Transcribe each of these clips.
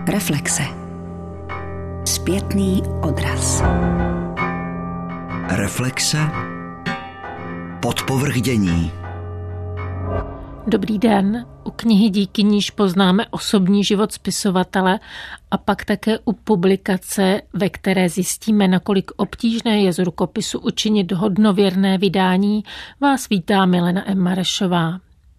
Reflexe. Zpětný odraz. Reflexe. Podpovrchdění. Dobrý den. U knihy, díky níž poznáme osobní život spisovatele, a pak také u publikace, ve které zjistíme, nakolik obtížné je z rukopisu učinit hodnověrné vydání, vás vítá Milena M. Marešová.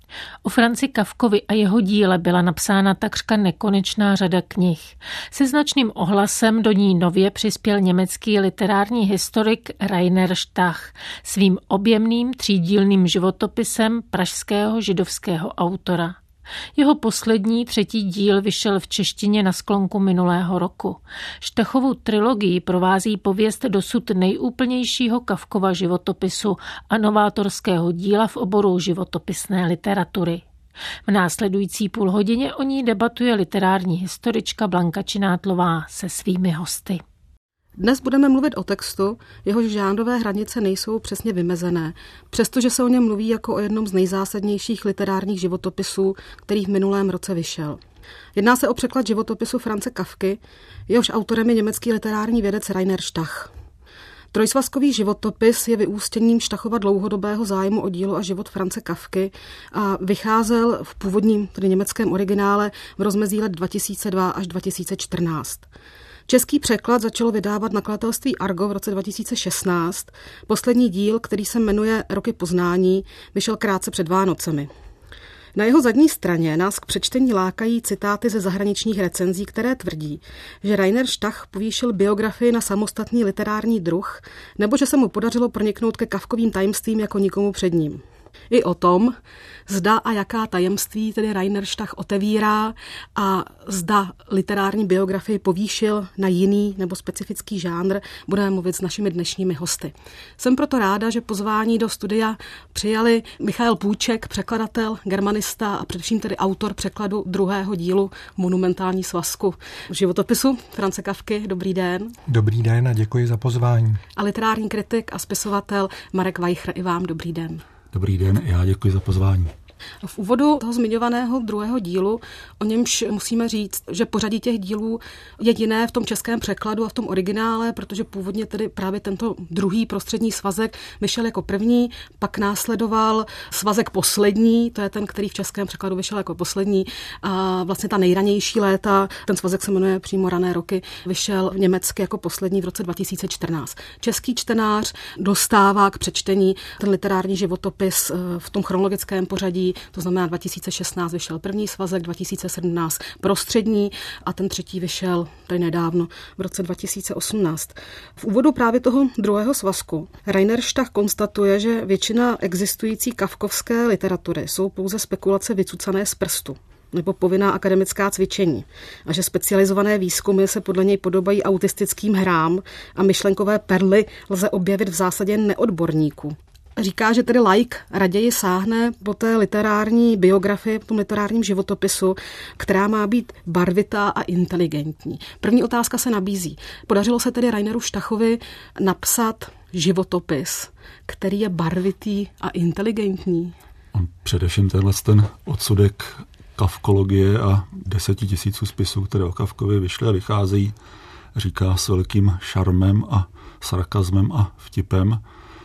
O Franzi Kafkovi a jeho díle byla napsána takřka nekonečná řada knih. Se značným ohlasem do ní nově přispěl německý literární historik Rainer Stach svým objemným třídílným životopisem pražského židovského autora. Jeho poslední, třetí díl vyšel v češtině na sklonku minulého roku. Stachovu trilogii provází pověst dosud nejúplnějšího Kafkova životopisu a novátorského díla v oboru životopisné literatury. V následující půlhodině o ní debatuje literární historička Blanka Činátlová se svými hosty. Dnes budeme mluvit o textu, jehož žánrové hranice nejsou přesně vymezené, přestože se o něm mluví jako o jednom z nejzásadnějších literárních životopisů, který v minulém roce vyšel. Jedná se o překlad životopisu Franze Kafky, jehož autorem je německý literární vědec Rainer Stach. Trojsvazkový životopis je vyústěním Stachova dlouhodobého zájmu o dílo a život Franze Kafky a vycházel v původním, tedy německém originále v rozmezí let 2002 až 2014. Český překlad začalo vydávat nakladatelství Argo v roce 2016. Poslední díl, který se jmenuje Roky poznání, vyšel krátce před Vánocemi. Na jeho zadní straně nás k přečtení lákají citáty ze zahraničních recenzí, které tvrdí, že Rainer Stach povýšil biografii na samostatný literární druh, nebo že se mu podařilo proniknout ke Kafkovým tajemstvím jako nikomu před ním. I o tom, zda a jaká tajemství tedy Rainer Stach otevírá a zda literární biografii povýšil na jiný nebo specifický žánr, budeme mluvit s našimi dnešními hosty. Jsem proto ráda, že pozvání do studia přijali Michael Půjček, překladatel, germanista a především tedy autor překladu druhého dílu Monumentální svazku životopisu Franze Kafky. Dobrý den. Dobrý den a děkuji za pozvání. A literární kritik a spisovatel Marek Weicher, i vám dobrý den. Dobrý den, já děkuji za pozvání. V úvodu toho zmiňovaného druhého dílu, o němž musíme říct, že pořadí těch dílů je jiné v tom českém překladu a v tom originále, protože původně tedy právě tento druhý prostřední svazek vyšel jako první, pak následoval svazek poslední, to je ten, který v českém překladu vyšel jako poslední, a vlastně ta nejranější léta, ten svazek se jmenuje přímo Rané roky, vyšel v německy jako poslední v roce 2014. Český čtenář dostává k přečtení ten literární životopis v tom chronologickém pořadí. To znamená 2016 vyšel první svazek, 2017 prostřední a ten třetí vyšel tady nedávno v roce 2018. V úvodu právě toho druhého svazku Rainer Stach konstatuje, že většina existující kafkovské literatury jsou pouze spekulace vycucané z prstu nebo povinná akademická cvičení a že specializované výzkumy se podle něj podobají autistickým hrám a myšlenkové perly lze objevit v zásadě neodborníků. Říká, že tedy laik raději sáhne po té literární biografii, po tom literárním životopisu, která má být barvitá a inteligentní. První otázka se nabízí. Podařilo se tedy Raineru Stachovi napsat životopis, který je barvitý a inteligentní? Především ten odsudek kafkologie a 10 000 spisů, které o Kafkovi vyšly a vycházejí, říká s velkým šarmem a sarkazmem a vtipem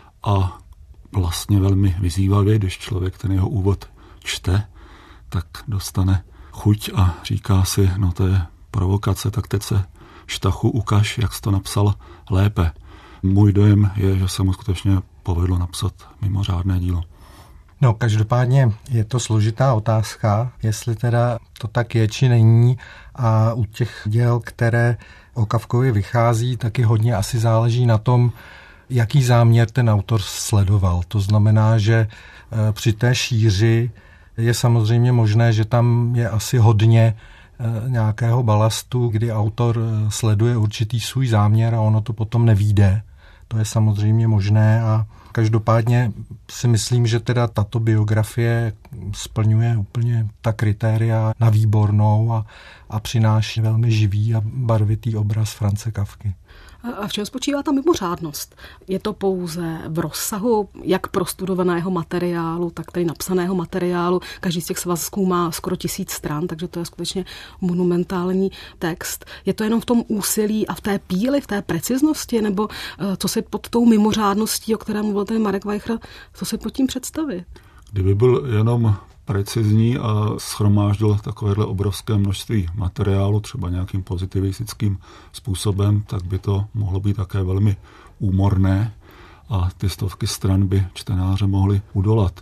a vlastně velmi vyzývavě, když člověk ten jeho úvod čte, tak dostane chuť a říká si, no to je provokace, tak teď se Stachu ukaž, jak jsi to napsal lépe. Můj dojem je, že se mu skutečně povedlo napsat mimořádné dílo. No, každopádně je to složitá otázka, jestli teda to tak je, či není. A u těch děl, které o Kafkovi vychází, taky hodně asi záleží na tom, jaký záměr ten autor sledoval. To znamená, že při té šíři je samozřejmě možné, že tam je asi hodně nějakého balastu, kdy autor sleduje určitý svůj záměr a ono to potom nevyjde. To je samozřejmě možné a každopádně si myslím, že teda tato biografie splňuje úplně ta kritéria na výbornou a přináší velmi živý a barvitý obraz Franze Kafky. A v čem spočívá ta mimořádnost? Je to pouze v rozsahu jak prostudovaného materiálu, tak tady napsaného materiálu. Každý z těch svazků má skoro 1000 stran, takže to je skutečně monumentální text. Je to jenom v tom úsilí a v té píli, v té preciznosti, nebo co si pod tou mimořádností, o které mluvil ten Marek Weicher, co si pod tím představit? Kdyby byl jenom precizní a shromáždil takovéhle obrovské množství materiálu, třeba nějakým pozitivistickým způsobem, tak by to mohlo být také velmi úmorné a ty stovky stran by čtenáře mohly udolat.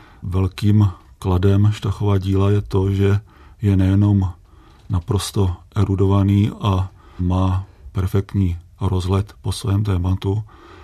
Velkým kladem Štachova díla je to, že je nejenom naprosto erudovaný a má perfektní rozhled po svém tématu,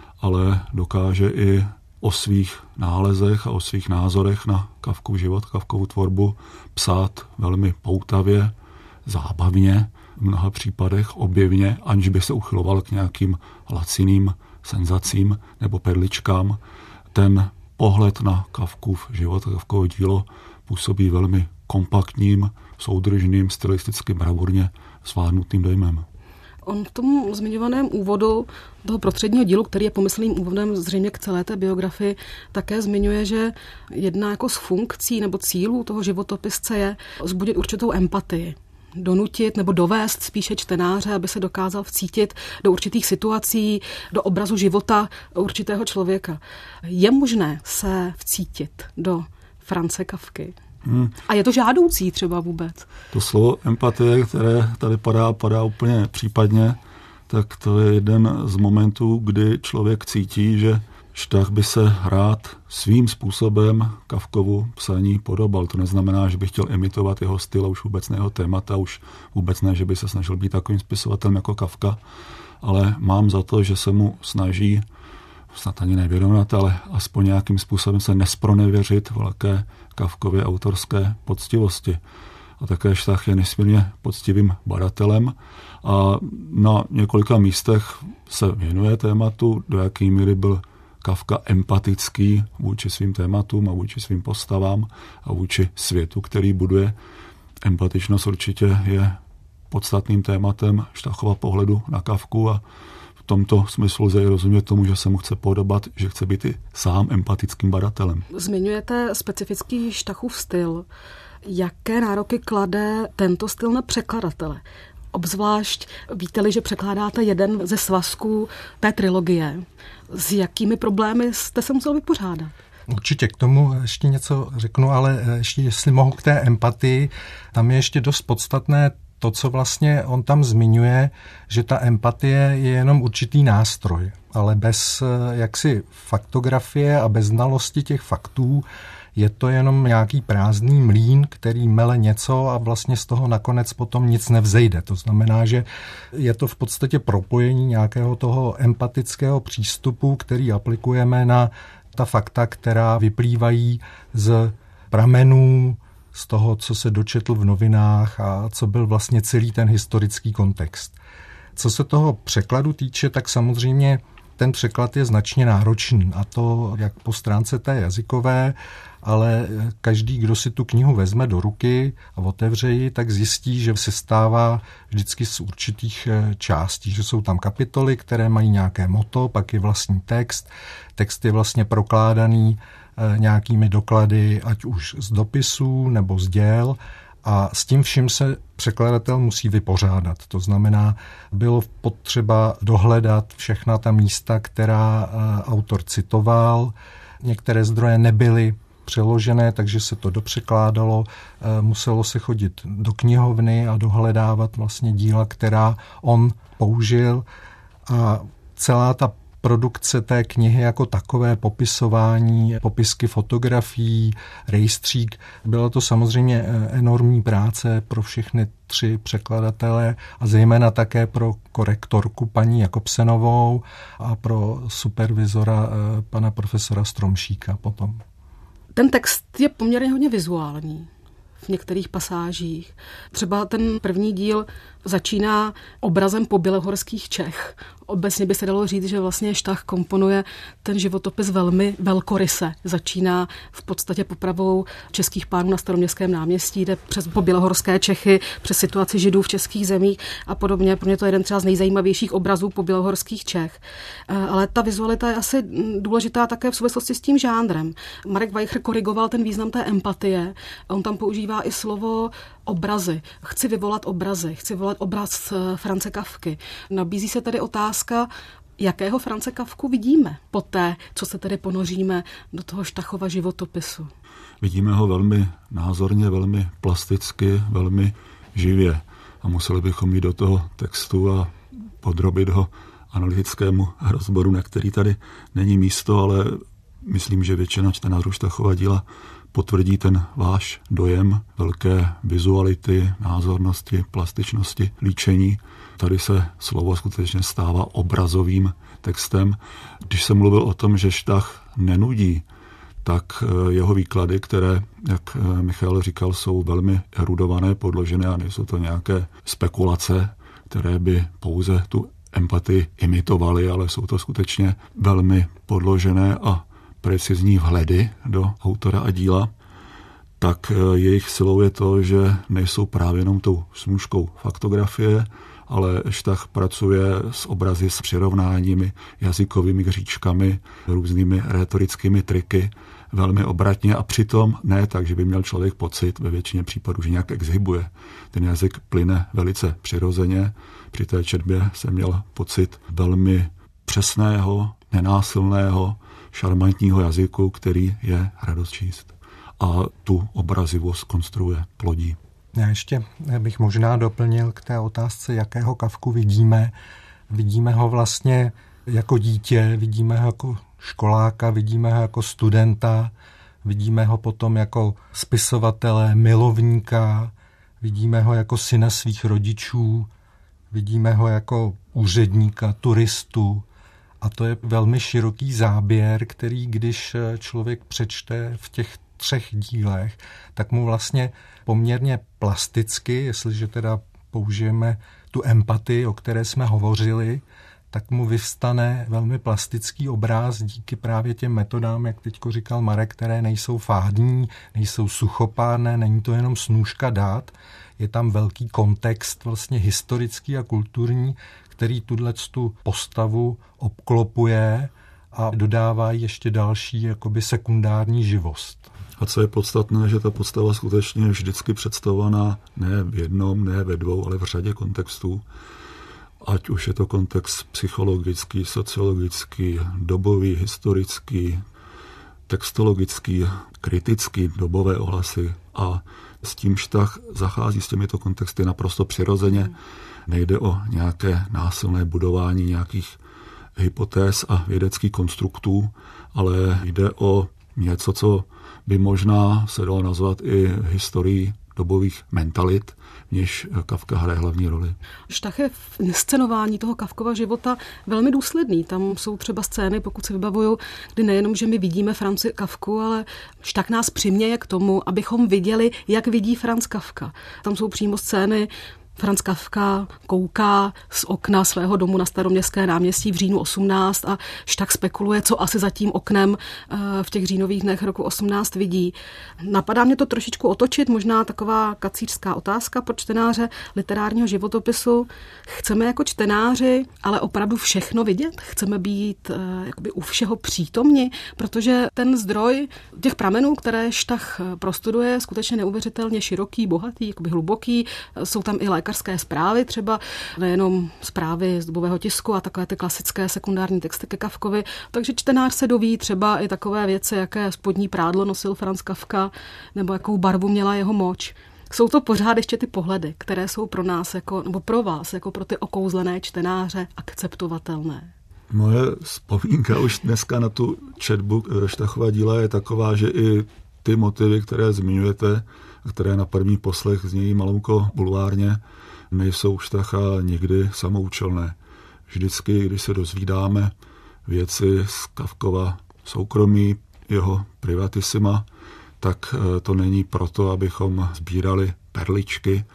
ale dokáže i o svých nálezech a o svých názorech na Kafkův život, Kafkovu tvorbu psát velmi poutavě, zábavně, v mnoha případech objevně, aniž by se uchyloval k nějakým laciným senzacím nebo perličkám. Ten pohled na Kafkův život a Kafkovo dílo působí velmi kompaktním, soudržným, stylisticky bravurně zvládnutým dojmem. On v tom zmiňovaném úvodu toho prostředního dílu, který je pomyslným úvodem zřejmě k celé té biografii, také zmiňuje, že jedna jako z funkcí nebo cílů toho životopisce je vzbudit určitou empatii. Donutit nebo dovést spíše čtenáře, aby se dokázal vcítit do určitých situací, do obrazu života určitého člověka. Je možné se vcítit do Franze Kafky? A je to žádoucí třeba vůbec? To slovo empatie, které tady padá úplně případně, tak to je jeden z momentů, kdy člověk cítí, že Štach by se rád svým způsobem Kafkovu psaní podobal. To neznamená, že by chtěl imitovat jeho styl, už vůbec ne jeho témata, už vůbec ne, že by se snažil být takovým spisovatelem jako Kafka, ale mám za to, že se mu snaží snad ani nevyrovnat, ale aspoň nějakým způsobem se nespronevěřit velké Kafkově autorské poctivosti. A také Štach je nesmírně poctivým badatelem a na několika místech se věnuje tématu, do jaké míry byl Kafka empatický vůči svým tématům a vůči svým postavám a vůči světu, který buduje. Empatičnost určitě je podstatným tématem Štachova pohledu na Kafku a v tomto smyslu lze rozumět tomu, že se mu chce podobat, že chce být i sám empatickým badatelem. Zmiňujete specifický Štachův styl. Jaké nároky klade tento styl na překladatele? Obzvlášť víte-li, že překládáte jeden ze svazků té trilogie. S jakými problémy jste se musel vypořádat? Určitě k tomu ještě něco řeknu, ale ještě jestli mohu k té empatii, tam je ještě dost podstatné to, co vlastně on tam zmiňuje, že ta empatie je jenom určitý nástroj, ale bez jaksi faktografie a bez znalosti těch faktů je to jenom nějaký prázdný mlýn, který mele něco a vlastně z toho nakonec potom nic nevzejde. To znamená, že je to v podstatě propojení nějakého toho empatického přístupu, který aplikujeme na ta fakta, která vyplývají z pramenů, z toho, co se dočetl v novinách a co byl vlastně celý ten historický kontext. Co se toho překladu týče, tak samozřejmě ten překlad je značně náročný, a to jak po stránce té jazykové, ale každý, kdo si tu knihu vezme do ruky a otevře ji, tak zjistí, že se stává vždycky z určitých částí, že jsou tam kapitoly, které mají nějaké motto, pak je vlastní text. Text je vlastně prokládaný nějakými doklady, ať už z dopisů nebo z děl, a s tím vším se překladatel musí vypořádat. To znamená, bylo potřeba dohledat všechna ta místa, která autor citoval. Některé zdroje nebyly přeložené, takže se to dopřekládalo. Muselo se chodit do knihovny a dohledávat vlastně díla, která on použil. A celá ta produkce té knihy jako takové, popisování, popisky fotografií, rejstřík. Byla to samozřejmě enormní práce pro všechny 3 překladatele a zejména také pro korektorku paní Jakobsenovou a pro supervizora pana profesora Stromšíka potom. Ten text je poměrně hodně vizuální v některých pasážích. Třeba ten první díl Začíná obrazem pobělohorských Čech. Obecně by se dalo říct, že vlastně Štach komponuje ten životopis velmi velkoryse. Začíná v podstatě popravou českých pánů na Staroměstském náměstí, jde přes pobělohorské Čechy, přes situaci Židů v českých zemích a podobně. Pro mě to je jeden třeba z nejzajímavějších obrazů pobělohorských Čech. Ale ta vizualita je asi důležitá také v souvislosti s tím žánrem. Marek Weicher korigoval ten význam té empatie. On tam používá i slovo obrazy. Chci vyvolat obrazy, chci vyvolat obraz France Kafky. Nabízí se tedy otázka, jakého France Kafku vidíme poté, co se tedy ponoříme do toho Štachova životopisu. Vidíme ho velmi názorně, velmi plasticky, velmi živě. A museli bychom jít do toho textu a podrobit ho analytickému rozboru, na který tady není místo, ale myslím, že většina čtenářů Štachova díla potvrdí ten váš dojem velké vizuality, názornosti, plastičnosti, líčení. Tady se slovo skutečně stává obrazovým textem. Když jsem mluvil o tom, že Štach nenudí, tak jeho výklady, které, jak Michal říkal, jsou velmi erudované, podložené a nejsou to nějaké spekulace, které by pouze tu empatii imitovaly, ale jsou to skutečně velmi podložené a precizní vhledy do autora a díla, tak jejich silou je to, že nejsou právě jenom tou snůškou faktografie, ale Štach pracuje s obrazy, s přirovnáními, jazykovými hříčkami, různými rétorickými triky, velmi obratně a přitom ne tak, že by měl člověk pocit ve většině případů, že nějak exhibuje. Ten jazyk plyne velice přirozeně. Při té četbě jsem měl pocit velmi přesného, nenásilného, šarmantního jazyku, který je radost číst. A tu obrazivost konstruuje, plodí. Já ještě bych možná doplnil k té otázce, jakého Kafku vidíme. Vidíme ho vlastně jako dítě, vidíme ho jako školáka, vidíme ho jako studenta, vidíme ho potom jako spisovatele, milovníka, vidíme ho jako syna svých rodičů, vidíme ho jako úředníka, turistu. A to je velmi široký záběr, který když člověk přečte v těch 3 dílech, tak mu vlastně poměrně plasticky, jestliže teda použijeme tu empatii, o které jsme hovořili, tak mu vyvstane velmi plastický obráz díky právě těm metodám, jak teďko říkal Marek, které nejsou fádní, nejsou suchopárné, není to jenom snůška dát, je tam velký kontext vlastně historický a kulturní, který tu postavu obklopuje a dodává ještě další jakoby sekundární živost. A co je podstatné, že ta postava skutečně je vždycky představovaná ne v jednom, ne ve 2, ale v řadě kontextů. Ať už je to kontext psychologický, sociologický, dobový, historický, textologický, kritický, dobové ohlasy. A s tím Štach zachází s těmito kontexty naprosto přirozeně. Nejde o nějaké násilné budování nějakých hypotéz a vědeckých konstruktů, ale jde o něco, co by možná se dalo nazvat i historií dobových mentalit, v níž Kafka hraje hlavní roli. Štach je v inscenování toho Kafkova života velmi důsledný. Tam jsou třeba scény, pokud si vybavuju, kdy nejenom, že my vidíme Franci Kafku, ale Štach nás přiměje k tomu, abychom viděli, jak vidí Franz Kafka. Tam jsou přímo scény, Franz Kafka kouká z okna svého domu na Staroměstské náměstí v říjnu 18 a Štach spekuluje, co asi za tím oknem v těch říjnových dnech roku 18 vidí. Napadá mě to trošičku otočit, možná taková kacířská otázka pro čtenáře literárního životopisu. Chceme jako čtenáři ale opravdu všechno vidět? Chceme být jakoby u všeho přítomni? Protože ten zdroj těch pramenů, které Štach prostuduje, je skutečně neuvěřitelně široký, bohatý, jakoby hluboký. Jsou tam i lékařské zprávy, třeba nejenom zprávy z dobového tisku a takové ty klasické sekundární texty ke Kafkovi. Takže čtenář se doví třeba i takové věci, jaké spodní prádlo nosil Franz Kafka, nebo jakou barvu měla jeho moč. Jsou to pořád ještě ty pohledy, které jsou pro nás, nebo pro vás, jako pro ty okouzlené čtenáře, akceptovatelné. Moje vzpomínka už dneska na tu četbu Štachova díla je taková, že i ty motivy, které zmiňujete, které na první poslech znějí malinko bulvárně, nejsou Štacha nikdy samoučelné. Vždycky, když se dozvídáme věci z Kafkova soukromí, jeho privatissima, tak to není proto, abychom sbírali perličky,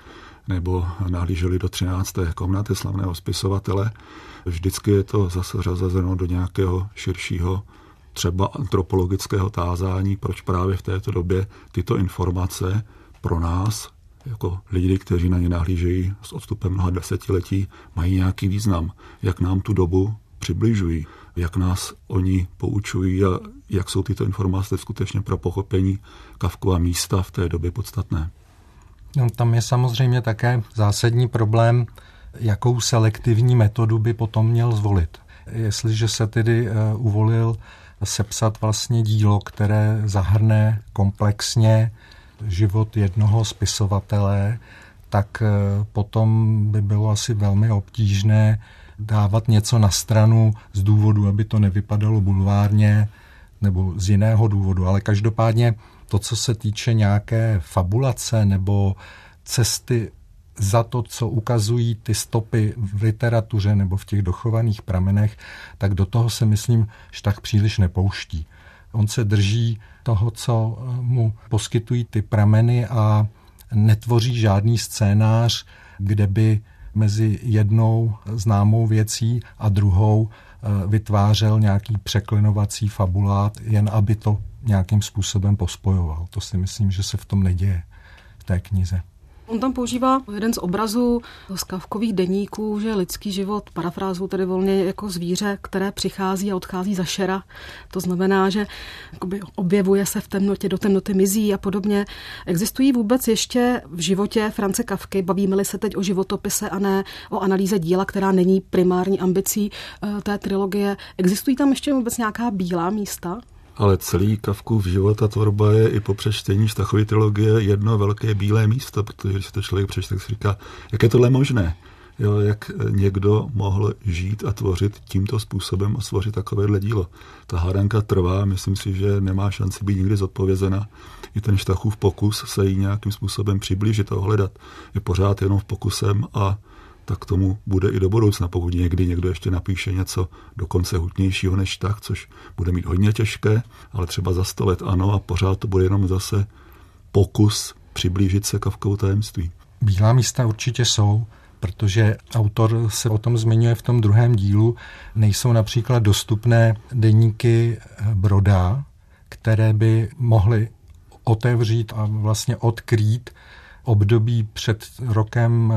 nebo nahlíželi do 13. komnaty slavného spisovatele. Vždycky je to zase řazeno do nějakého širšího, třeba antropologického tázání, proč právě v této době tyto informace pro nás, jako lidi, kteří na ně nahlížejí s odstupem mnoha desetiletí, mají nějaký význam, jak nám tu dobu přibližují, jak nás oni poučují a jak jsou tyto informace skutečně pro pochopení Kafkova místa v té době podstatné. No, tam je samozřejmě také zásadní problém, jakou selektivní metodu by potom měl zvolit. Jestliže se tedy uvolil sepsat vlastně dílo, které zahrne komplexně život jednoho spisovatele, tak potom by bylo asi velmi obtížné dávat něco na stranu z důvodu, aby to nevypadalo bulvárně nebo z jiného důvodu. Ale každopádně to, co se týče nějaké fabulace nebo cesty za to, co ukazují ty stopy v literatuře nebo v těch dochovaných pramenech, tak do toho se, myslím, Štach příliš nepouští. On se drží toho, co mu poskytují ty prameny a netvoří žádný scénář, kde by mezi jednou známou věcí a druhou vytvářel nějaký překlenovací fabulát, jen aby to nějakým způsobem pospojoval. To si myslím, že se v tom neděje v té knize. On tam používá jeden z obrazů z Kafkových deníků, že lidský život, parafrázu tedy volně, jako zvíře, které přichází a odchází za šera. To znamená, že objevuje se v temnotě, do temnoty mizí a podobně. Existují vůbec ještě v životě Franze Kafky, bavíme-li se teď o životopise a ne o analýze díla, která není primární ambicí té trilogie. Existují tam ještě vůbec nějaká bílá místa? Ale celý Kafkův život a tvorba je i po přečtení Štachovy trilogie jedno velké bílé místo, protože když si to člověk přečte, tak si říká, jak je tohle možné? Jo, jak někdo mohl žít a tvořit tímto způsobem a stvořit takovéhle dílo. Ta hádanka trvá, myslím si, že nemá šanci být nikdy zodpovězena. I ten Štachův pokus se jí nějakým způsobem přiblížit a ohledat je pořád jenom v pokusem a tak tomu bude i do budoucna, pokud někdy někdo ještě napíše něco dokonce hutnějšího než Štach, což bude mít hodně těžké, ale třeba za 100 let ano a pořád to bude jenom zase pokus přiblížit se Kafkovu tajemství. Bílá místa určitě jsou, protože autor se o tom zmiňuje v tom druhém dílu. Nejsou například dostupné deníky Broda, které by mohly otevřít a vlastně odkrýt období před rokem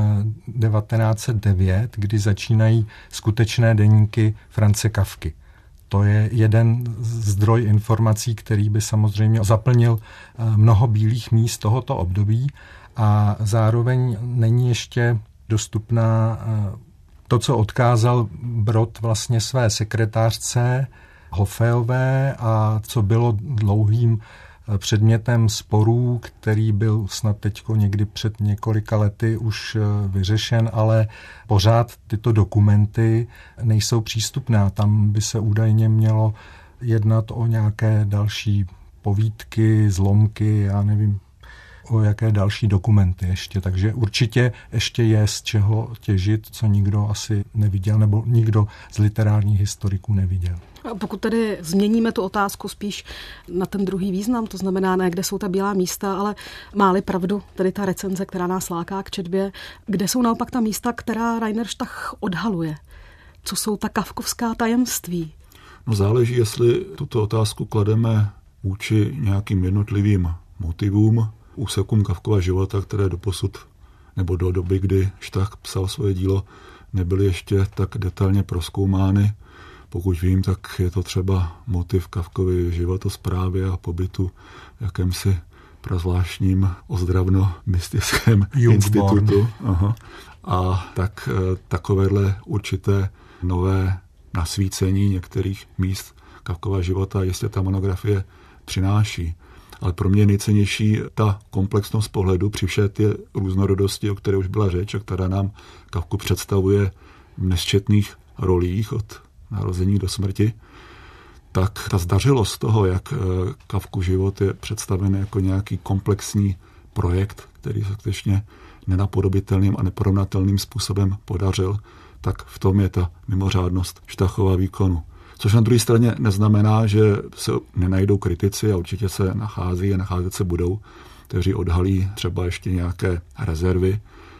1909, kdy začínají skutečné deníky Franze Kafky. To je jeden zdroj informací, který by samozřejmě zaplnil mnoho bílých míst tohoto období a zároveň není ještě dostupná to, co odkázal Brod vlastně své sekretářce Hofeové a co bylo dlouhým předmětem sporů, který byl snad teďko někdy před několika lety už vyřešen, ale pořád tyto dokumenty nejsou přístupné. Tam by se údajně mělo jednat o nějaké další povídky, zlomky, já nevím, o jaké další dokumenty ještě. Takže určitě ještě je z čeho těžit, co nikdo asi neviděl, nebo nikdo z literárních historiků neviděl. A pokud tedy změníme tu otázku spíš na ten druhý význam, to znamená ne, kde jsou ta bílá místa, ale má-li pravdu, tedy ta recenze, která nás láká k četbě, kde jsou naopak ta místa, která Rainer Štach odhaluje? Co jsou ta kafkovská tajemství? No záleží, jestli tuto otázku klademe vůči nějakým jednotlivým motivům, úsekům Kafkova života, které doposud nebo do doby, kdy Štach psal svoje dílo, nebyly ještě tak detailně prozkoumány. Pokud vím, tak je to třeba motiv Kafkovy životosprávy a pobytu v jakémsi prazvláštním ozdravno-mystickém institutu. Aha. A tak takovéhle určité nové nasvícení některých míst Kafkova života jistě ta monografie přináší. Ale pro mě nejcennější ta komplexnost pohledu při vše té různorodosti, o které už byla řeč, a která nám Kafku představuje v nesčetných rolích od narození do smrti, tak ta zdařilost toho, jak Kafkův život je představen jako nějaký komplexní projekt, který se skutečně nenapodobitelným a neporovnatelným způsobem podařil, tak v tom je ta mimořádnost Štachova výkonu. Což na druhé straně neznamená, že se nenajdou kritici a určitě se nachází a nacházet se budou, kteří odhalí třeba ještě nějaké rezervy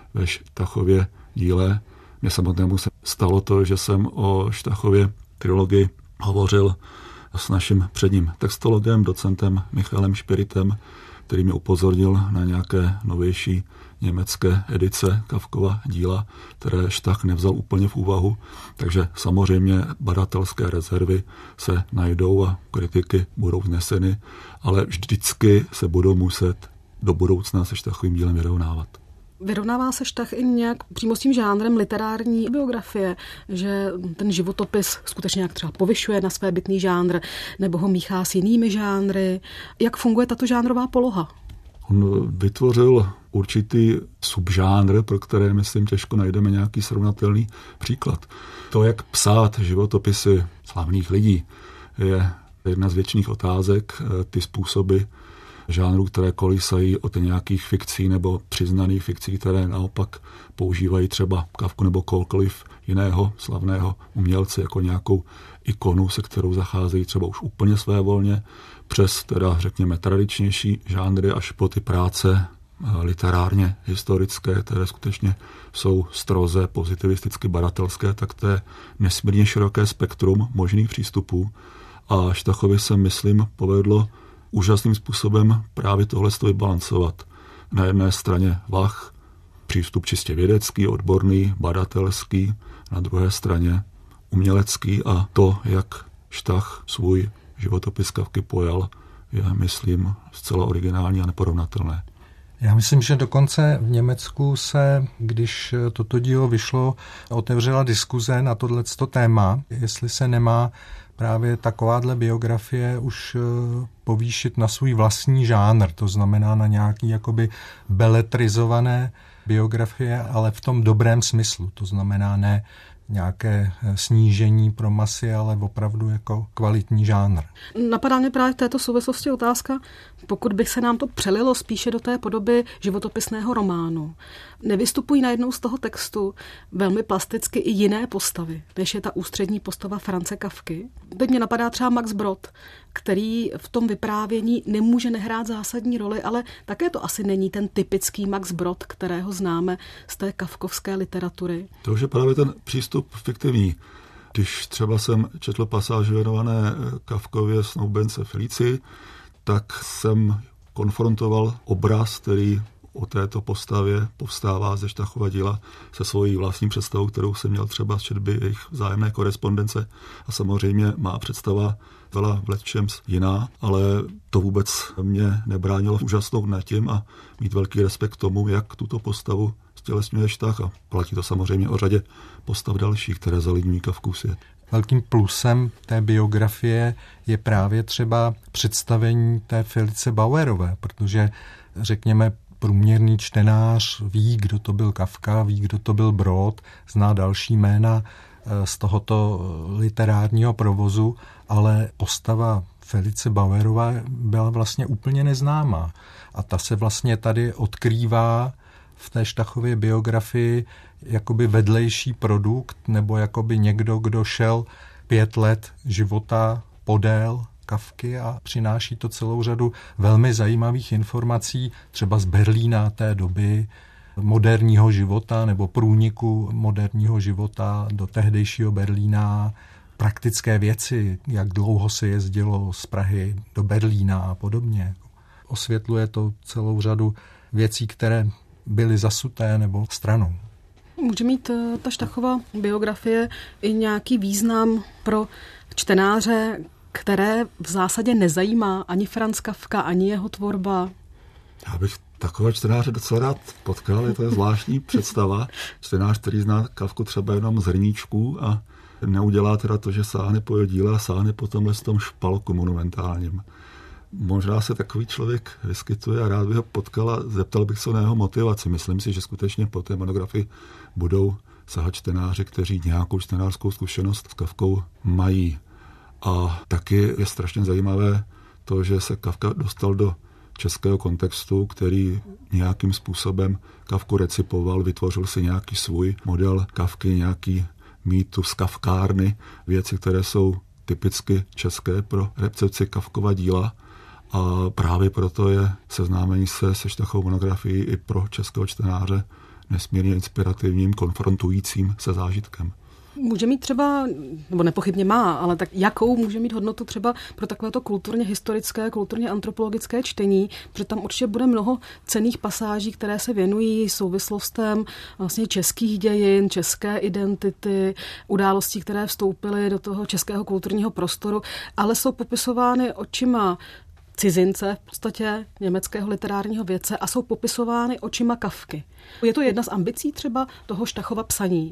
ve Štachově díle. Mně samotnému se stalo to, že jsem o Štachově trilogii hovořil s naším předním textologem, docentem Michalem Špiritem, který mě upozornil na nějaké novější německé edice Kafkova díla, které Štach nevzal úplně v úvahu. Takže samozřejmě badatelské rezervy se najdou a kritiky budou vzneseny, ale vždycky se budou muset do budoucna se Štachovým dílem vyrovnávat. Vyrovnává se Štach i nějak přímo s tím žánrem literární biografie, že ten životopis skutečně nějak třeba povyšuje na své bytný žánr, nebo ho míchá s jinými žánry. Jak funguje tato žánrová poloha? On vytvořil určitý subžánr, pro které, myslím, těžko najdeme nějaký srovnatelný příklad. To, jak psát životopisy slavných lidí, je jedna z věčných otázek. Ty způsoby žánrů, které kolísají od nějakých fikcí nebo přiznaných fikcí, které naopak používají třeba Kafku nebo kohokoliv jiného slavného umělce jako nějakou ikonu, se kterou zacházejí třeba už úplně svévolně, přes teda řekněme tradičnější žánry až po ty práce literárně historické, které skutečně jsou stroze pozitivisticky badatelské, tak to je nesmírně široké spektrum možných přístupů. A Štachovi se, myslím, povedlo úžasným způsobem právě tohle vybalancovat. Na jedné straně vah, přístup čistě vědecký, odborný, badatelský, na druhé straně umělecký a to, jak Štach svůj životopis Kafky pojal, je, myslím, zcela originální a neporovnatelné. Já myslím, že dokonce v Německu se, když toto dílo vyšlo, otevřela diskuze na tohleto téma, jestli se nemá právě takováhle biografie už povýšit na svůj vlastní žánr, to znamená na nějaký jakoby beletrizované biografie, ale v tom dobrém smyslu, to znamená ne nějaké snížení pro masy, ale opravdu jako kvalitní žánr. Napadá mě právě v této souvislosti otázka, pokud by se nám to přelilo spíše do té podoby životopisného románu. Nevystupují najednou z toho textu velmi plasticky i jiné postavy, než je ta ústřední postava Franze Kafky. Teď mě napadá třeba Max Brod, který v tom vyprávění nemůže nehrát zásadní roli, ale také to asi není ten typický Max Brod, kterého známe z té kafkovské literatury. To už je právě ten přístup fiktivní. Když třeba jsem četl pasáže věnované Kafkově Snoubence Felicii, tak jsem konfrontoval obraz, který o této postavě povstává ze Štachova díla se svojí vlastní představou, kterou jsem měl třeba z četby jejich vzájemné korespondence. A samozřejmě má představa byla v lecčems jiná, ale to vůbec mě nebránilo úžasnout nad tím a mít velký respekt tomu, jak tuto postavu stělesňuje Štach. A platí to samozřejmě o řadě postav dalších, které zalidňují Kafkův svět. Velkým plusem té biografie je právě třeba představení té Felice Bauerové, protože řekněme průměrný čtenář ví, kdo to byl Kafka, ví, kdo to byl Brod, zná další jména z tohoto literárního provozu, ale postava Felice Bauerová byla vlastně úplně neznámá. A ta se vlastně tady odkrývá v té Štachově biografii jakoby vedlejší produkt, nebo jakoby někdo, kdo šel 5 let života podél Kafky a přináší to celou řadu velmi zajímavých informací, třeba z Berlína té doby, moderního života nebo průniku moderního života do tehdejšího Berlína, praktické věci, jak dlouho se jezdilo z Prahy do Berlína a podobně. Osvětluje to celou řadu věcí, které byly zasuté nebo stranou. Může mít ta Štachova biografie i nějaký význam pro čtenáře, které v zásadě nezajímá ani Franz Kafka, ani jeho tvorba? Já bych takové čtenáře docela rád potkal, to je zvláštní představa. Čtenář, který zná Kafku třeba jenom z hrníčků a neudělá teda to, že sáhne po jeho díle a sáhne po tomhle z tom špalku monumentálním. Možná se takový člověk vyskytuje a rád bych ho potkal a zeptal bych se na jeho motivaci. Myslím si, že skutečně po té monografii budou sahat čtenáři, kteří nějakou čtenářskou zkušenost s Kafkou mají. A taky je strašně zajímavé to, že se Kafka dostal do českého kontextu, který nějakým způsobem Kafku recipoval, vytvořil si nějaký svůj model Kafky, nějaký mýtus kafkárny, věci, které jsou typicky české pro recepci Kafkova díla. A právě proto je seznámení se Štachovou monografií i pro českého čtenáře nesmírně inspirativním, konfrontujícím se zážitkem. Může mít třeba, nebo nepochybně má, ale tak jakou může mít hodnotu třeba pro takovéto kulturně historické, kulturně antropologické čtení, protože tam určitě bude mnoho cenných pasáží, které se věnují souvislostem vlastně českých dějin, české identity, událostí, které vstoupily do toho českého kulturního prostoru, ale jsou popisovány očima cizince, v podstatě německého literárního vědce, a jsou popisovány očima Kafky. Je to jedna z ambicí třeba toho Štachova psaní?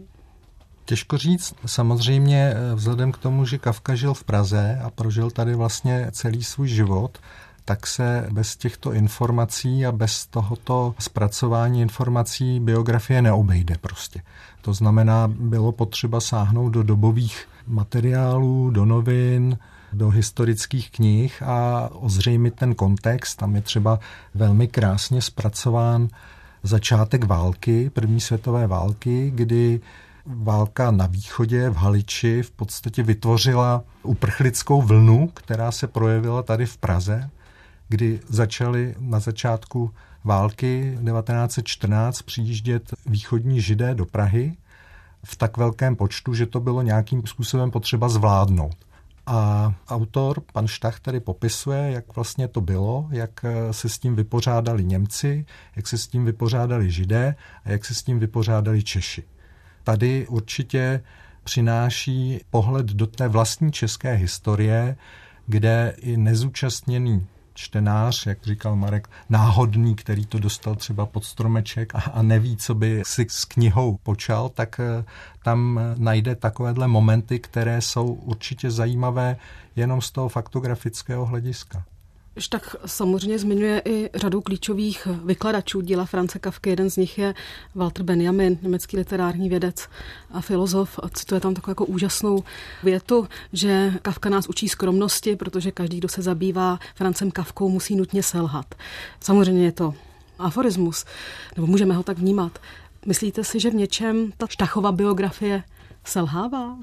Těžko říct, samozřejmě vzhledem k tomu, že Kafka žil v Praze a prožil tady vlastně celý svůj život, tak se bez těchto informací a bez tohoto zpracování informací biografie neobejde prostě. To znamená, bylo potřeba sáhnout do dobových materiálů, do novin, do historických knih a ozřejmit ten kontext. Tam je třeba velmi krásně zpracován začátek války, první světové války, kdy válka na východě v Haliči v podstatě vytvořila uprchlickou vlnu, která se projevila tady v Praze, kdy začali na začátku války 1914 přijíždět východní Židé do Prahy v tak velkém počtu, že to bylo nějakým způsobem potřeba zvládnout. A autor, pan Štach, tady popisuje, jak vlastně to bylo, jak se s tím vypořádali Němci, jak se s tím vypořádali Židé a jak se s tím vypořádali Češi. Tady určitě přináší pohled do té vlastní české historie, kde i nezúčastněný čtenář, jak říkal Marek, náhodný, který to dostal třeba pod stromeček a neví, co by si s knihou počal, tak tam najde takovéhle momenty, které jsou určitě zajímavé jenom z toho faktografického hlediska. Štach samozřejmě zmiňuje i řadu klíčových vykladačů díla Franze Kafky. Jeden z nich je Walter Benjamin, německý literární vědec a filozof. A cituje tam takovou jako úžasnou větu, že Kafka nás učí skromnosti, protože každý, kdo se zabývá Francem Kafkou, musí nutně selhat. Samozřejmě je to aforismus, nebo můžeme ho tak vnímat. Myslíte si, že v něčem ta Štachova biografie selhává?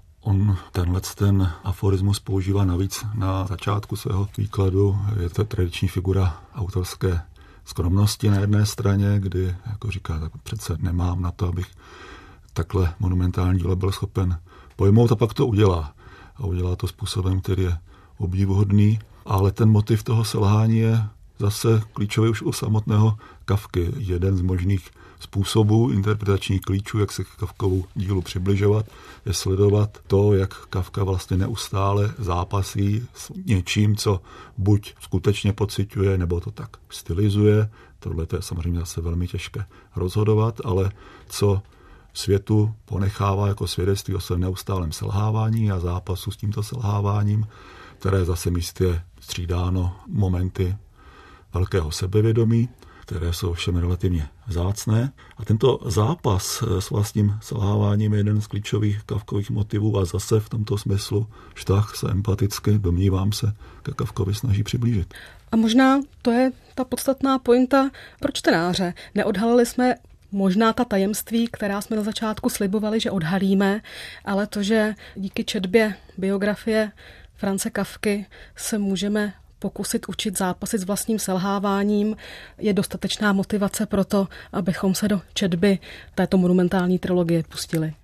On ten aforismus používá navíc na začátku svého výkladu. Je to tradiční figura autorské skromnosti na jedné straně, kdy, jako říká, tak přece nemám na to, abych takhle monumentální dílo byl schopen pojmout, a pak to udělá. A udělá to způsobem, který je obdivuhodný, ale ten motiv toho selhání je zase klíčový už u samotného Kafky. Jeden z možných způsobů interpretačních klíčů, jak se k Kafkovu dílu přibližovat, je sledovat to, jak Kafka vlastně neustále zápasí s něčím, co buď skutečně pociťuje, nebo to tak stylizuje. Tohle je samozřejmě zase velmi těžké rozhodovat, ale co světu ponechává jako svědectví o svém neustálém selhávání a zápasu s tímto selháváním, které zase místy je střídáno momenty velkého sebevědomí, které jsou všem relativně vzácné. A tento zápas s vlastním selháváním je jeden z klíčových Kafkových motivů a zase v tomto smyslu Štach se empaticky, domnívám se, ke Kafkovi snaží přiblížit. A možná to je ta podstatná pointa pro čtenáře. Neodhalili jsme možná ta tajemství, která jsme na začátku slibovali, že odhalíme, ale to, že díky četbě biografie France Kafky se můžeme pokusit učit zápasit s vlastním selháváním, je dostatečná motivace pro to, abychom se do četby této monumentální trilogie pustili.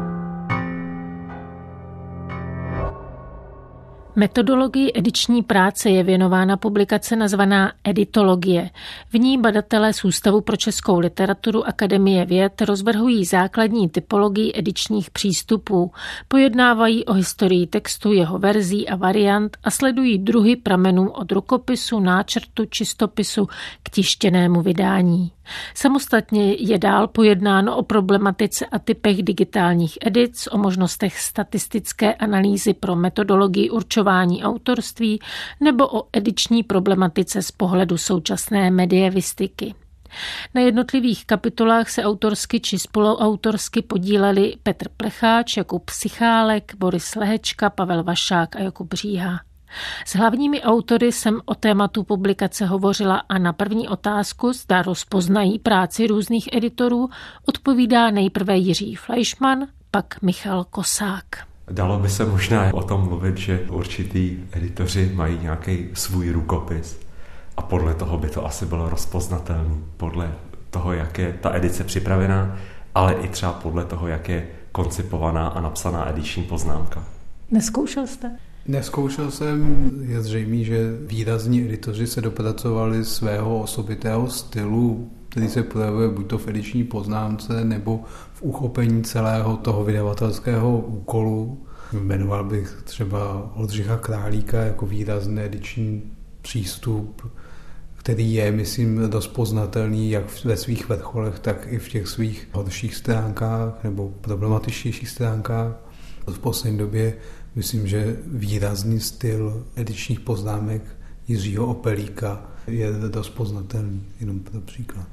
Metodologii ediční práce je věnována publikace nazvaná Editologie. V ní badatelé z Ústavu pro českou literaturu Akademie věd rozvrhují základní typologii edičních přístupů, pojednávají o historii textu, jeho verzí a variant a sledují druhy pramenů od rukopisu, náčrtu, čistopisu k tištěnému vydání. Samostatně je dál pojednáno o problematice a typech digitálních edic, o možnostech statistické analýzy pro metodologii určování autorství nebo o ediční problematice z pohledu současné medievistiky. Na jednotlivých kapitolách se autorsky či spoluautorsky podíleli Petr Plecháč, Jakub Sichálek, Boris Lehečka, Pavel Vašák a Jakub Říha. S hlavními autory jsem o tématu publikace hovořila a na první otázku, zda rozpoznají práci různých editorů, odpovídá nejprve Jiří Fleischmann, pak Michal Kosák. Dalo by se možná o tom mluvit, že určitý editoři mají nějaký svůj rukopis a podle toho by to asi bylo rozpoznatelné, podle toho, jak je ta edice připravená, ale i třeba podle toho, jak je koncipovaná a napsaná ediční poznámka. Neskoušel jste? Neskoušel jsem, je zřejmé, že výrazní editoři se dopracovali svého osobitého stylu, který se projevuje buď to v ediční poznámce, nebo v uchopení celého toho vydavatelského úkolu. Jmenoval bych třeba Oldřicha Králíka jako výrazný ediční přístup, který je, myslím, dost poznatelný jak ve svých vrcholech, tak i v těch svých horších stránkách nebo problematičtějších stránkách. V poslední době myslím, že výrazný styl edičních poznámek Jiřího Opelíka je dost poznatelný, jenom pro příklad.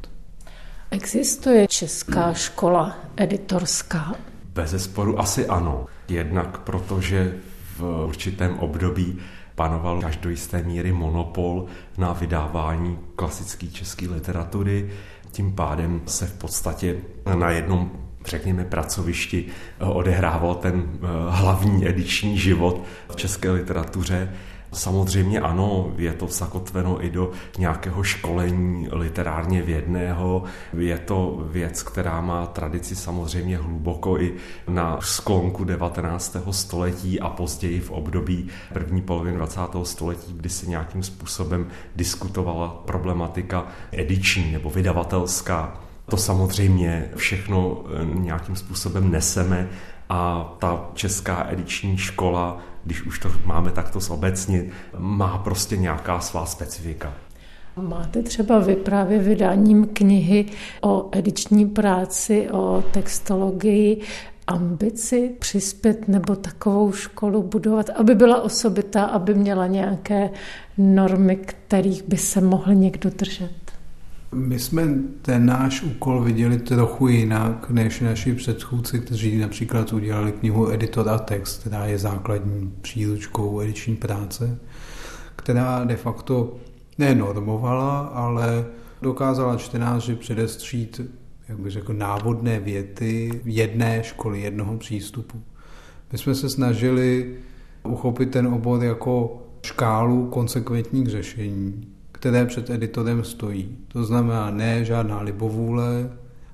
Existuje česká škola editorská? Bezesporu asi ano. Jednak protože v určitém období panoval až do jisté míry monopol na vydávání klasické české literatury. Tím pádem se v podstatě na jednom, řekněme, pracovišti odehrával ten hlavní ediční život v české literatuře. Samozřejmě ano, je to zakotveno i do nějakého školení literárně vědného. Je to věc, která má tradici samozřejmě hluboko i na sklonku 19. století a později v období první poloviny 20. století, kdy se nějakým způsobem diskutovala problematika ediční nebo vydavatelská. To samozřejmě všechno nějakým způsobem neseme a ta česká ediční škola, když už to máme takto zobecnit, má prostě nějaká svá specifika. Máte třeba vy právě vydáním knihy o ediční práci, o textologii, ambici přispět nebo takovou školu budovat, aby byla osobitá, aby měla nějaké normy, kterých by se mohl někdo držet? My jsme ten náš úkol viděli trochu jinak než naši předchůdci, kteří například udělali knihu Editor a text, která je základní příručkou ediční práce, která de facto nenormovala, ale dokázala čtenáři předestřít, jak bych řekl, návodné věty jedné školy, jednoho přístupu. My jsme se snažili uchopit ten obor jako škálu konsekventních řešení, které před editorem stojí. To znamená ne žádná libovůle,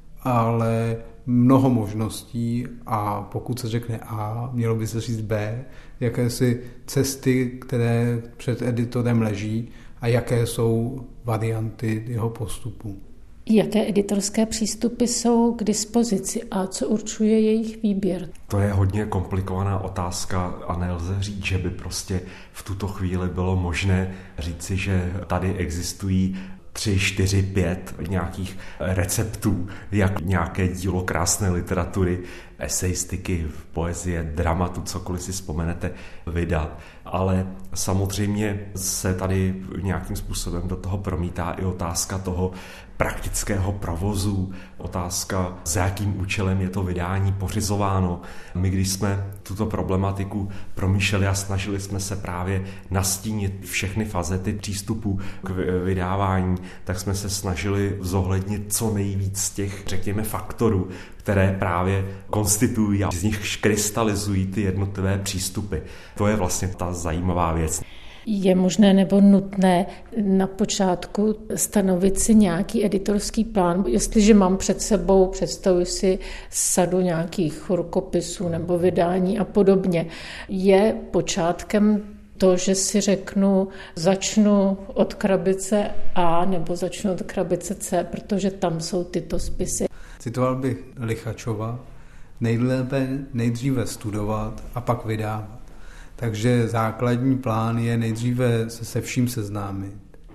ale mnoho možností a pokud se řekne A, mělo by se říct B, jaké cesty, které před editorem leží a jaké jsou varianty jeho postupu. Jaké editorské přístupy jsou k dispozici a co určuje jejich výběr? To je hodně komplikovaná otázka a nelze říct, že by prostě v tuto chvíli bylo možné říci, že tady existují 3, 4, 5 nějakých receptů, jak nějaké dílo krásné literatury, eseistiky, poezie, dramatu, cokoliv si vzpomenete, vydat. Ale samozřejmě se tady nějakým způsobem do toho promítá i otázka toho praktického provozu, otázka, za jakým účelem je to vydání pořizováno. My, když jsme tuto problematiku promýšleli a snažili jsme se právě nastínit všechny fazety přístupů k vydávání, tak jsme se snažili zohlednit co nejvíc těch, řekněme, faktorů, které právě konstituují a z nich krystalizují ty jednotlivé přístupy. To je vlastně ta zajímavá věc. Je možné nebo nutné na počátku stanovit si nějaký editorský plán? Jestliže mám před sebou, představuji si sadu nějakých rukopisů nebo vydání a podobně, je počátkem to, že si řeknu, začnu od krabice A nebo začnu od krabice C, protože tam jsou tyto spisy. Citoval bych Lichačova, nejlépe nejdříve studovat a pak vydávat. Takže základní plán je nejdříve se vším seznámit.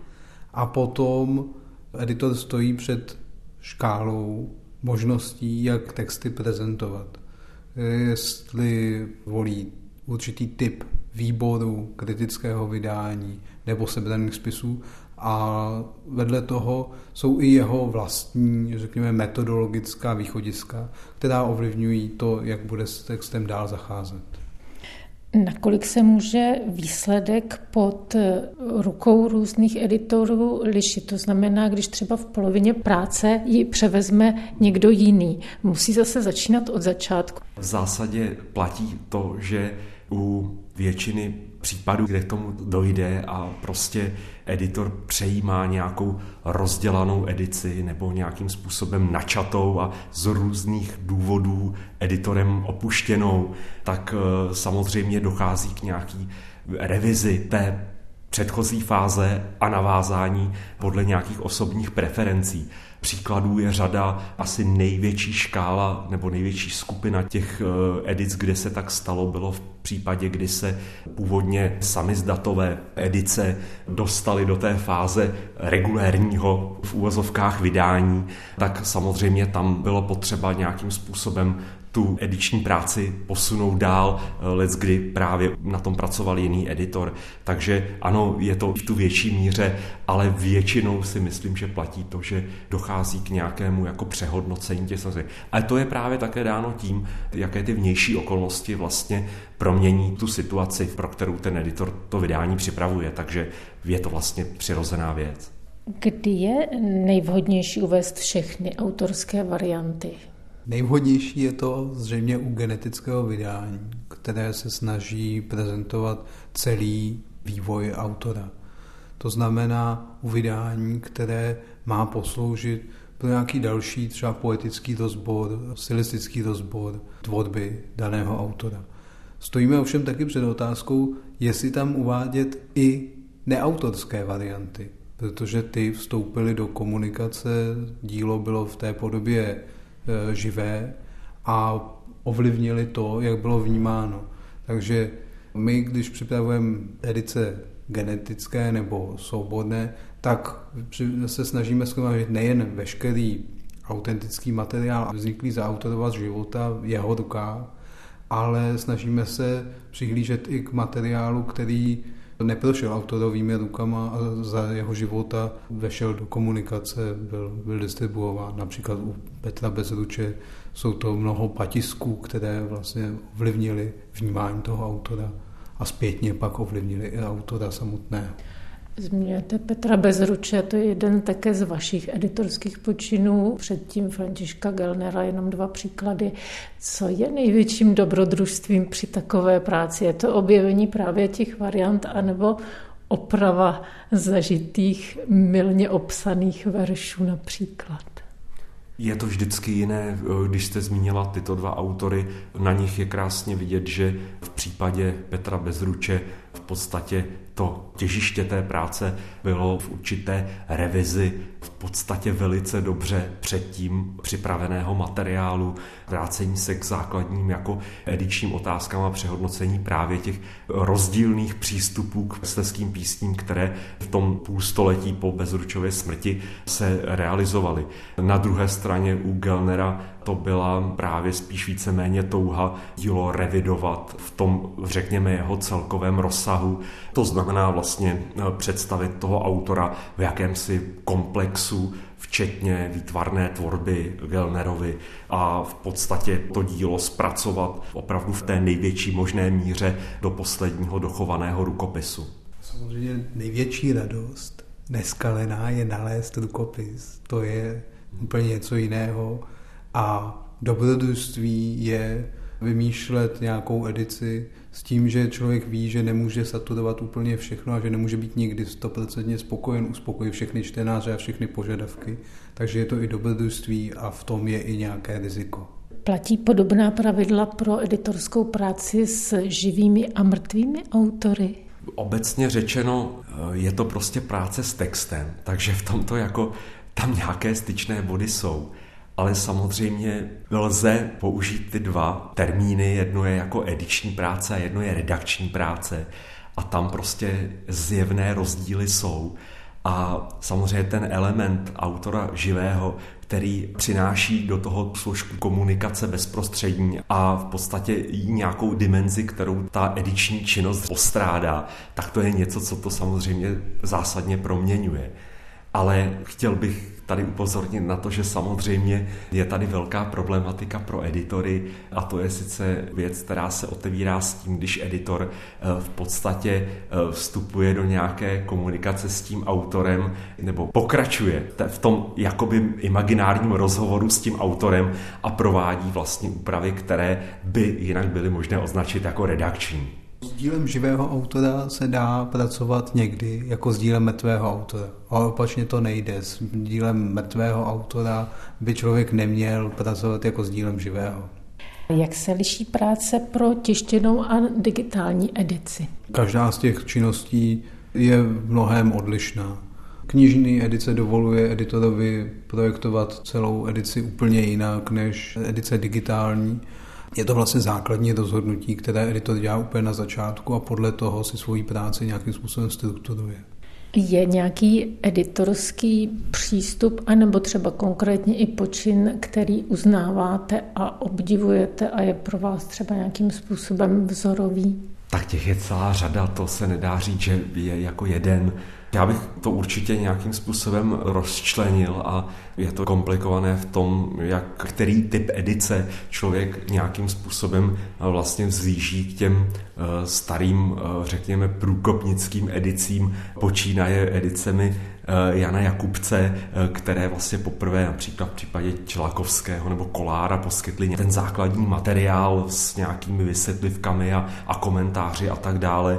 A potom editor stojí před škálou možností, jak texty prezentovat. Jestli volí určitý typ výboru, kritického vydání nebo sebraných spisů, a vedle toho jsou i jeho vlastní, řekněme, metodologická východiska, která ovlivňují to, jak bude s textem dál zacházet. Nakolik se může výsledek pod rukou různých editorů lišit? To znamená, když třeba v polovině práce ji převezme někdo jiný. Musí zase začínat od začátku. V zásadě platí to, že u většiny případů, kde k tomu dojde a prostě editor přejímá nějakou rozdělanou edici nebo nějakým způsobem načatou a z různých důvodů editorem opuštěnou, tak samozřejmě dochází k nějaký revizi té předchozí fáze a navázání podle nějakých osobních preferencí. Příkladů je řada, asi největší škála nebo největší skupina těch edic, kde se tak stalo, bylo v případě, kdy se původně samizdatové edice dostaly do té fáze regulérního v uvozovkách vydání, tak samozřejmě tam bylo potřeba nějakým způsobem tu ediční práci posunout dál, leckdy právě na tom pracoval jiný editor. Takže ano, je to v tu větší míře, ale většinou si myslím, že platí to, že dochází k nějakému jako přehodnocení těch samozřejmě. Ale to je právě také dáno tím, jaké ty vnější okolnosti vlastně promění tu situaci, pro kterou ten editor to vydání připravuje. Takže je to vlastně přirozená věc. Kdy je nejvhodnější uvést všechny autorské varianty? Nejvhodnější je to zřejmě u genetického vydání, které se snaží prezentovat celý vývoj autora. To znamená u vydání, které má posloužit pro nějaký další třeba poetický rozbor, stylistický rozbor tvorby daného autora. Stojíme ovšem taky před otázkou, jestli tam uvádět i neautorské varianty, protože ty vstoupily do komunikace, dílo bylo v té podobě živé a ovlivnili to, jak bylo vnímáno. Takže my, když připravujeme edice genetické nebo souborné, tak se snažíme shromáždit nejen veškerý autentický materiál vzniklý za autorova života v jeho rukách, ale snažíme se přihlížet i k materiálu, který neprošel autorovými rukama a za jeho života vešel do komunikace, byl distribuován. Například u Petra Bezruče jsou to mnoho patisků, které vlastně ovlivnily vnímání toho autora a zpětně pak ovlivnili i autora samotného. Zmiňujete Petra Bezruče, to je jeden také z vašich editorských počinů, předtím Františka Gellnera, jenom 2 příklady. Co je největším dobrodružstvím při takové práci? Je to objevení právě těch variant anebo oprava zažitých, mylně opsaných veršů například? Je to vždycky jiné, když jste zmínila tyto 2 autory, na nich je krásně vidět, že v případě Petra Bezruče v podstatě to těžiště té práce bylo v určité revizi v podstatě velice dobře předtím připraveného materiálu, vrácení se k základním jako edičním otázkám a přehodnocení právě těch rozdílných přístupů k slezským písním, které v tom půlstoletí po Bezručově smrti se realizovaly. Na druhé straně u Gellnera to byla právě spíš víceméně touha dílo revidovat v tom, řekněme, jeho celkovém rozsahu. To znamená vlastně představit toho autora v jakémsi komplexu, včetně výtvarné tvorby Gellnerovi a v podstatě to dílo zpracovat opravdu v té největší možné míře do posledního dochovaného rukopisu. Samozřejmě největší radost neskalená je nalézt rukopis. To je úplně něco jiného a dobrodružství je vymýšlet nějakou edici s tím, že člověk ví, že nemůže saturovat úplně všechno a že nemůže být nikdy 100% spokojen, uspokojit všechny čtenáře a všechny požadavky. Takže je to i dobrodružství a v tom je i nějaké riziko. Platí podobná pravidla pro editorskou práci s živými a mrtvými autory? Obecně řečeno je to prostě práce s textem, takže v tomto jako tam nějaké styčné body jsou. Ale samozřejmě lze použít ty 2 termíny, jedno je jako ediční práce a jedno je redakční práce a tam prostě zjevné rozdíly jsou. A samozřejmě ten element autora živého, který přináší do toho složku komunikace bezprostřední a v podstatě nějakou dimenzi, kterou ta ediční činnost postrádá, tak to je něco, co to samozřejmě zásadně proměňuje. Ale chtěl bych tady upozornit na to, že samozřejmě je tady velká problematika pro editory a to je sice věc, která se otevírá s tím, když editor v podstatě vstupuje do nějaké komunikace s tím autorem nebo pokračuje v tom jakoby imaginárním rozhovoru s tím autorem a provádí vlastně úpravy, které by jinak byly možné označit jako redakční. S dílem živého autora se dá pracovat někdy jako s dílem mrtvého autora, ale opačně to nejde. S dílem mrtvého autora by člověk neměl pracovat jako s dílem živého. Jak se liší práce pro tištěnou a digitální edici? Každá z těch činností je v mnohém odlišná. Knižní edice dovoluje editorovi projektovat celou edici úplně jinak než edice digitální. Je to vlastně základní rozhodnutí, které editor dělá úplně na začátku a podle toho si svoji práci nějakým způsobem strukturuje. Je nějaký editorský přístup, anebo třeba konkrétně i počin, který uznáváte a obdivujete a je pro vás třeba nějakým způsobem vzorový? Tak těch je celá řada, to se nedá říct, že je jako jeden. Já bych to určitě nějakým způsobem rozčlenil a je to komplikované v tom, který typ edice člověk nějakým způsobem vlastně vzlíží k těm starým, řekněme, průkopnickým edicím, počínaje edicemi Jana Jakubce, které vlastně poprvé například v případě Čelakovského nebo Kolára poskytly ten základní materiál s nějakými vysvětlivkami a komentáři a tak dále.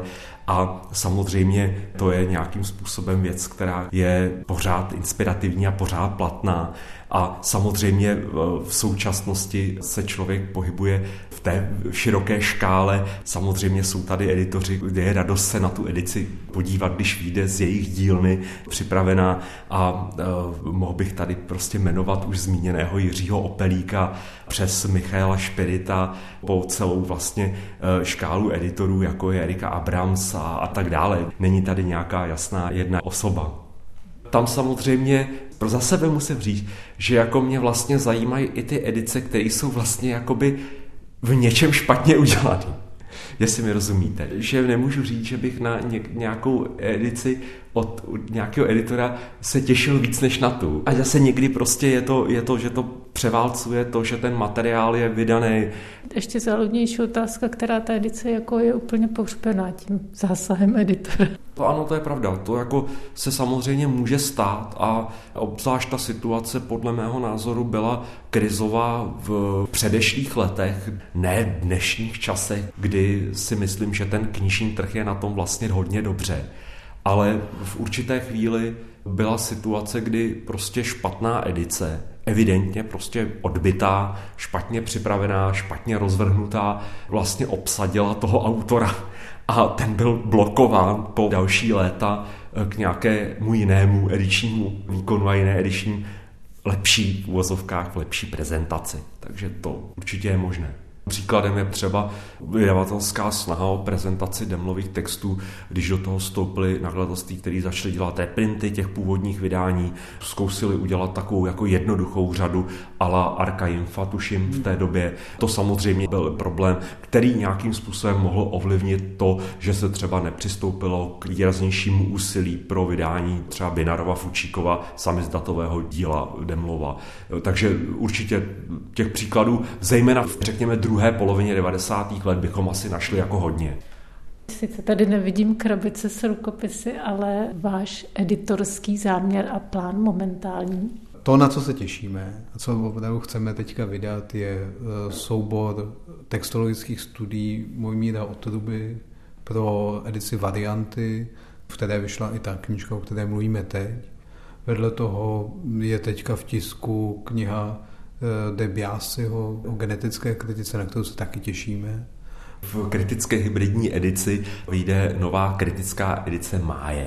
A samozřejmě to je nějakým způsobem věc, která je pořád inspirativní a pořád platná. A samozřejmě v současnosti se člověk pohybuje v té široké škále. Samozřejmě jsou tady editoři, kde je radost se na tu edici podívat, když vyjde z jejich dílny připravená. A mohl bych tady prostě jmenovat už zmíněného Jiřího Opelíka přes Michaela Špirita po celou vlastně škálu editorů, jako je Erika Abrams a tak dále. Není tady nějaká jasná jedna osoba. Tam samozřejmě za sebe musím říct, že jako mě vlastně zajímají i ty edice, které jsou vlastně jakoby v něčem špatně udělané. Jestli mi rozumíte. Že nemůžu říct, že bych na nějakou edici od nějakého editora se těšil víc než na tu. A zase někdy prostě je to, že to převálcuje to, že ten materiál je vydaný. Ještě záludnější otázka, která ta edice jako je úplně pohřbená tím zásahem editora. To ano, to je pravda. To jako se samozřejmě může stát a obzvlášť ta situace podle mého názoru byla krizová v předešlých letech, ne v dnešních časech, kdy si myslím, že ten knižní trh je na tom vlastně hodně dobře. Ale v určité chvíli byla situace, kdy prostě špatná edice, evidentně prostě odbytá, špatně připravená, špatně rozvrhnutá, vlastně obsadila toho autora a ten byl blokován po další léta k nějakému jinému edičnímu výkonu a jiné ediční lepší v uvozovkách, lepší prezentaci. Takže to určitě je možné. Příkladem je třeba vydavatelská snaha o prezentaci Demlových textů, když do toho vstoupili nakladatelství, kteří začali dělat reprinty těch původních vydání, zkusili udělat takovou jako jednoduchou řadu a la Arka Infa, tuším v té době. To samozřejmě byl problém, který nějakým způsobem mohl ovlivnit to, že se třeba nepřistoupilo k výraznějšímu úsilí pro vydání třeba Binarova Fučíkova samizdatového díla Demlova. Takže určitě těch příkladů, zejména v, řekněme, druhé polovině 90. let bychom asi našli jako hodně. Sice tady nevidím krabice s rukopisy, ale váš editorský záměr a plán momentální? To, na co se těšíme a co opravdu chceme teďka vydat, je soubor textologických studií Mojmíra Otruby pro edici Varianty, v které vyšla i ta knížka, o které mluvíme teď. Vedle toho je teďka v tisku kniha De Biasiho o genetické kritice, na kterou se taky těšíme. V kritické hybridní edici vyjde nová kritická edice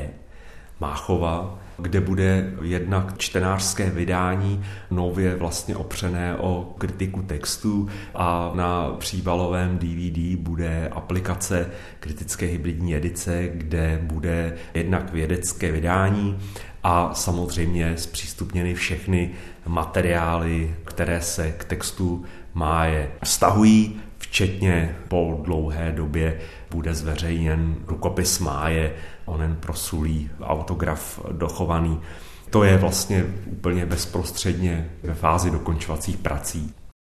Máchova, kde bude jednak čtenářské vydání, nově vlastně opřené o kritiku textu a na příbalovém DVD bude aplikace kritické hybridní edice, kde bude jednak vědecké vydání a samozřejmě zpřístupněny všechny materiály, které se k textu Máje vztahují, včetně po dlouhé době bude zveřejněn rukopis Máje, onen proslulý autograf dochovaný. To je vlastně úplně bezprostředně ve fázi dokončovacích prací.